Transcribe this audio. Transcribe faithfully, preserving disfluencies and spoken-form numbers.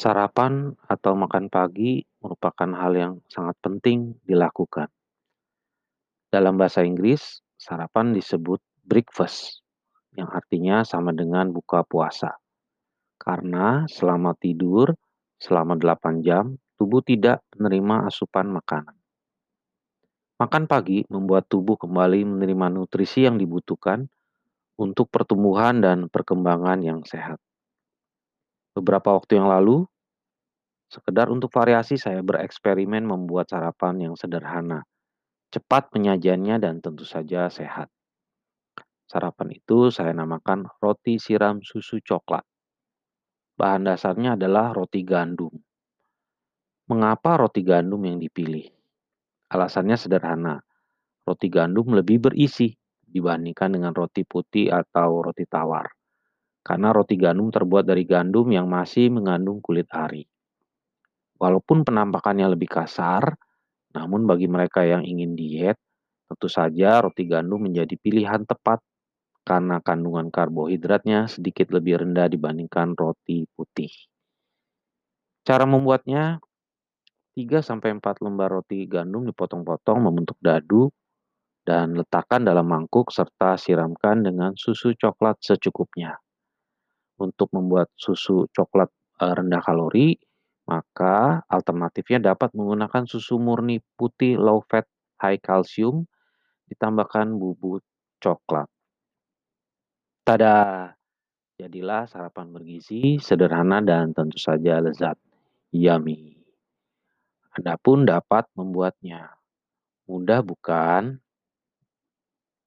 Sarapan atau makan pagi merupakan hal yang sangat penting dilakukan. Dalam bahasa Inggris, sarapan disebut breakfast, yang artinya sama dengan buka puasa. Karena selama tidur, selama delapan jam, tubuh tidak menerima asupan makanan. Makan pagi membuat tubuh kembali menerima nutrisi yang dibutuhkan untuk pertumbuhan dan perkembangan yang sehat. Beberapa waktu yang lalu, sekedar untuk variasi saya bereksperimen membuat sarapan yang sederhana, cepat penyajiannya dan tentu saja sehat. Sarapan itu saya namakan roti siram susu coklat. Bahan dasarnya adalah roti gandum. Mengapa roti gandum yang dipilih? Alasannya sederhana. Roti gandum lebih berisi dibandingkan dengan roti putih atau roti tawar. Karena roti gandum terbuat dari gandum yang masih mengandung kulit ari. Walaupun penampakannya lebih kasar, namun bagi mereka yang ingin diet, tentu saja roti gandum menjadi pilihan tepat karena kandungan karbohidratnya sedikit lebih rendah dibandingkan roti putih. Cara membuatnya, tiga sampai empat lembar roti gandum dipotong-potong membentuk dadu dan letakkan dalam mangkuk serta siramkan dengan susu coklat secukupnya. Untuk membuat susu coklat eh, rendah kalori, maka alternatifnya dapat menggunakan susu murni putih low fat high calcium ditambahkan bubuk coklat. Tada! Jadilah sarapan bergizi, sederhana dan tentu saja lezat. Yummy. Anda pun dapat membuatnya. Mudah bukan?